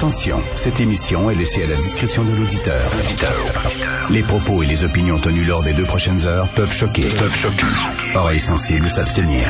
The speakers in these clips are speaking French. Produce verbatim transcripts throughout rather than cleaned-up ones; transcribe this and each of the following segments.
Attention, cette émission est laissée à la discrétion de l'auditeur. Les propos et les opinions tenues lors des deux prochaines heures peuvent choquer. Peuvent choquer. Oreilles sensibles s'abstenir.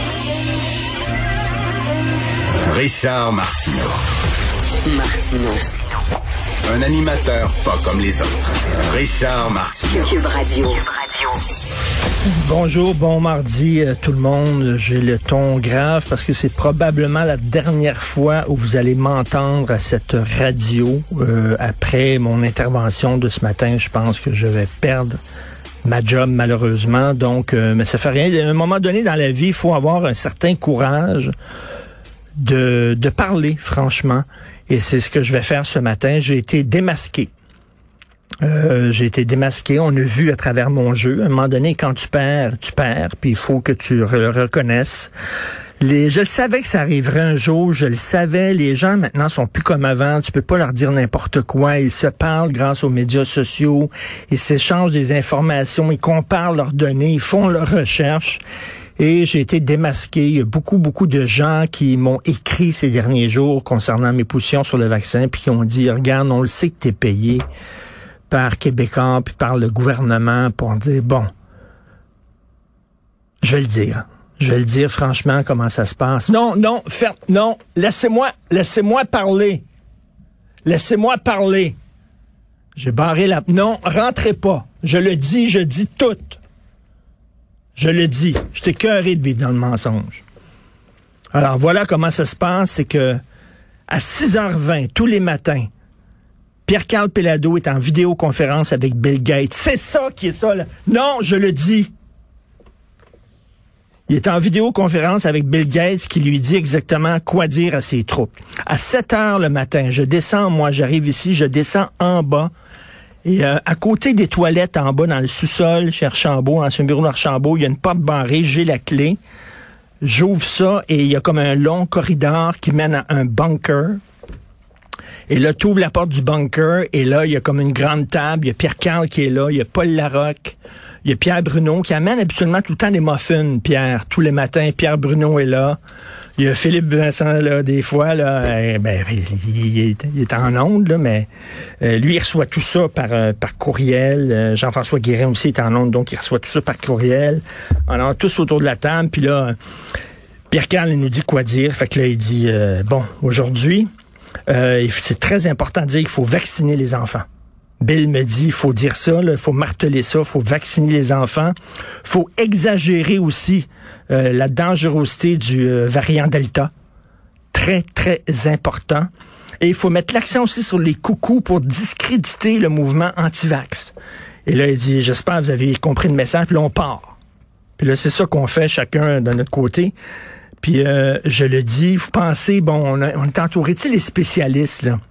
Richard Martineau. Martineau. Un animateur pas comme les autres. Richard Martineau. Cube Radio. Bonjour, bon mardi euh, tout le monde. J'ai le ton grave parce que c'est probablement la dernière fois où vous allez m'entendre à cette radio. Euh, après mon intervention de ce matin, je pense que je vais perdre ma job malheureusement. Donc, euh, mais ça fait rien. À un moment donné dans la vie, il faut avoir un certain courage de, de parler, franchement. Et c'est ce que je vais faire ce matin. J'ai été démasqué. Euh, j'ai été démasqué. On a vu à travers mon jeu. À un moment donné, quand tu perds, tu perds. Puis il faut que tu le reconnaisses. Les, je le savais que ça arriverait un jour. Je le savais. Les gens maintenant sont plus comme avant. Tu peux pas leur dire n'importe quoi. Ils se parlent grâce aux médias sociaux. Ils s'échangent des informations. Ils comparent leurs données. Ils font leurs recherches. Et j'ai été démasqué. Il y a beaucoup, beaucoup de gens qui m'ont écrit ces derniers jours concernant mes positions sur le vaccin, puis qui ont dit, regarde, on le sait que t'es payé par Québécois, puis par le gouvernement, pour dire, bon, je vais le dire. Je vais le dire franchement comment ça se passe. Non, non, ferme, non, laissez-moi, laissez-moi parler. Laissez-moi parler. J'ai barré la... Non, rentrez pas. Je le dis, je dis tout. Je le dis, j'étais écœuré de vivre dans le mensonge. Alors voilà comment ça se passe, c'est que à six heures vingt, tous les matins, Pierre-Carl Péladeau est en vidéoconférence avec Bill Gates. C'est ça qui est ça, là. Non, je le dis. Il est en vidéoconférence avec Bill Gates qui lui dit exactement quoi dire à ses troupes. À sept heures le matin, je descends, moi j'arrive ici, je descends en bas. Et euh, à côté des toilettes, en bas, dans le sous-sol, chez Archambault, ancien bureau d'Archambault, il y a une porte barrée, j'ai la clé. J'ouvre ça et il y a comme un long corridor qui mène à un bunker. Et là, tu ouvres la porte du bunker et là, il y a comme une grande table. Il y a Pierre-Carl qui est là, il y a Paul Larocque, il y a Pierre Bruno qui amène habituellement tout le temps des muffins, Pierre. Tous les matins, Pierre Bruno est là. Il y a Philippe Vincent, là, des fois, là, eh, ben, il, il, est, il est en onde, là, mais euh, lui, il reçoit tout ça par, euh, par courriel. Euh, Jean-François Guérin aussi est en onde, donc il reçoit tout ça par courriel. Alors, tous autour de la table, puis là, Pierre-Carl, il nous dit quoi dire. Fait que là, il dit, euh, bon, aujourd'hui, euh, c'est très important de dire qu'il faut vacciner les enfants. Bill me dit, il faut dire ça, il faut marteler ça, il faut vacciner les enfants. Il faut exagérer aussi euh, la dangerosité du euh, variant Delta. Très, très important. Et il faut mettre l'accent aussi sur les coucous pour discréditer le mouvement anti-vax. Et là, il dit, j'espère que vous avez compris le message, puis là, on part. Puis là, c'est ça qu'on fait chacun de notre côté. Puis euh, je le dis, vous pensez, bon, on, a, on est entouré, tu sais, les spécialistes, là.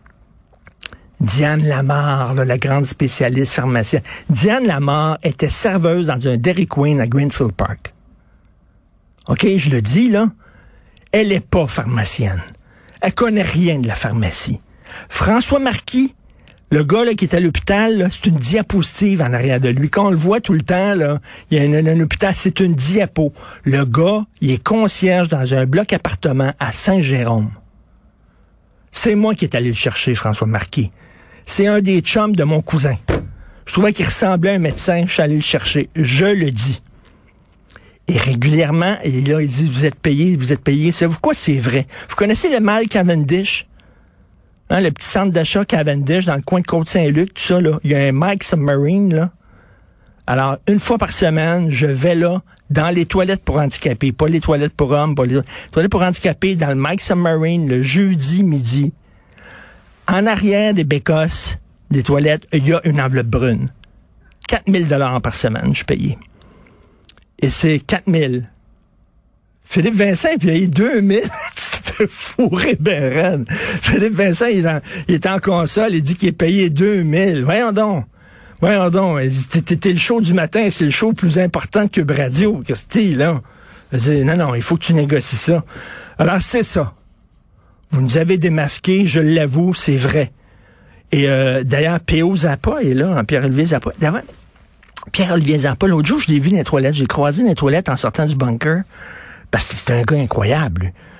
Diane Lamar, là, la grande spécialiste pharmacienne. Diane Lamar était serveuse dans un Dairy Queen à Greenfield Park. OK, je le dis, là. Elle est pas pharmacienne. Elle connaît rien de la pharmacie. François Marquis, le gars là, qui est à l'hôpital, là, c'est une diapositive en arrière de lui. Quand on le voit tout le temps, là, il y a un, un hôpital, c'est une diapo. Le gars, il est concierge dans un bloc appartement à Saint-Jérôme. C'est moi qui est allé le chercher, François Marquis. C'est un des chums de mon cousin. Je trouvais qu'il ressemblait à un médecin, je suis allé le chercher. Je le dis. Et régulièrement, et là, il dit, vous êtes payé, vous êtes payé. Savez-vous quoi, c'est vrai? Vous connaissez le mall Cavendish? Hein, le petit centre d'achat Cavendish dans le coin de Côte-Saint-Luc, tout ça, là. Il y a un Mike Submarine, là. Alors, une fois par semaine, je vais là, dans les toilettes pour handicapés. Pas les toilettes pour hommes, pas les toilettes pour handicapés, dans le Mike Submarine, le jeudi midi. En arrière des bécosses, des toilettes, il y a une enveloppe brune. quatre mille dollars par semaine, je payais. Et c'est quatre mille. Philippe Vincent, il payé deux mille. Tu te fais fourrer ben raide. Philippe Vincent, il est, en, il est en console, il dit qu'il est payé deux mille. Voyons donc. Voyons donc. T'es le show du matin, c'est le show le plus important de Cube Radio. Qu'est-ce que c'est, là? Dit, non, non, il faut que tu négocies ça. Alors, c'est ça. Vous nous avez démasqué, je l'avoue, c'est vrai. Et euh, d'ailleurs, P O Zappa est là, hein, Pierre-Olivier Zappa. D'ailleurs, Pierre-Olivier Zappa, l'autre jour, je l'ai vu dans les toilettes. J'ai croisé dans les toilettes en sortant du bunker, parce que c'est un gars incroyable.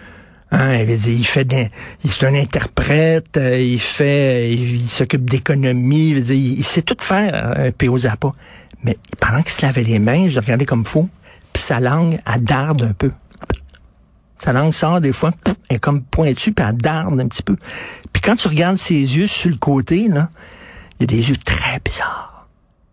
Hein, il, il fait des, il est un interprète, euh, il fait, il, il s'occupe d'économie, il, il sait tout faire, euh, P O Zappa. Mais pendant qu'il se lavait les mains, je le regardais comme fou, puis sa langue, elle darde un peu. Sa langue sort des fois, pouf, elle est comme pointue, puis elle darde un petit peu. Puis quand tu regardes ses yeux sur le côté, là, il y a des yeux très bizarres.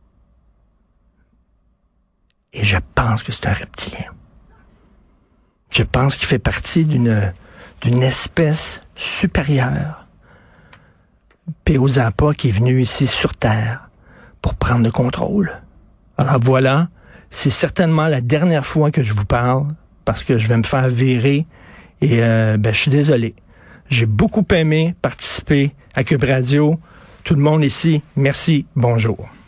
Et je pense que c'est un reptilien. Je pense qu'il fait partie d'une d'une espèce supérieure. P O Zappa qui est venu ici sur Terre pour prendre le contrôle. Alors voilà, c'est certainement la dernière fois que je vous parle parce que je vais me faire virer et euh, ben, je suis désolé. J'ai beaucoup aimé participer à Cube Radio. Tout le monde ici, merci, bonjour.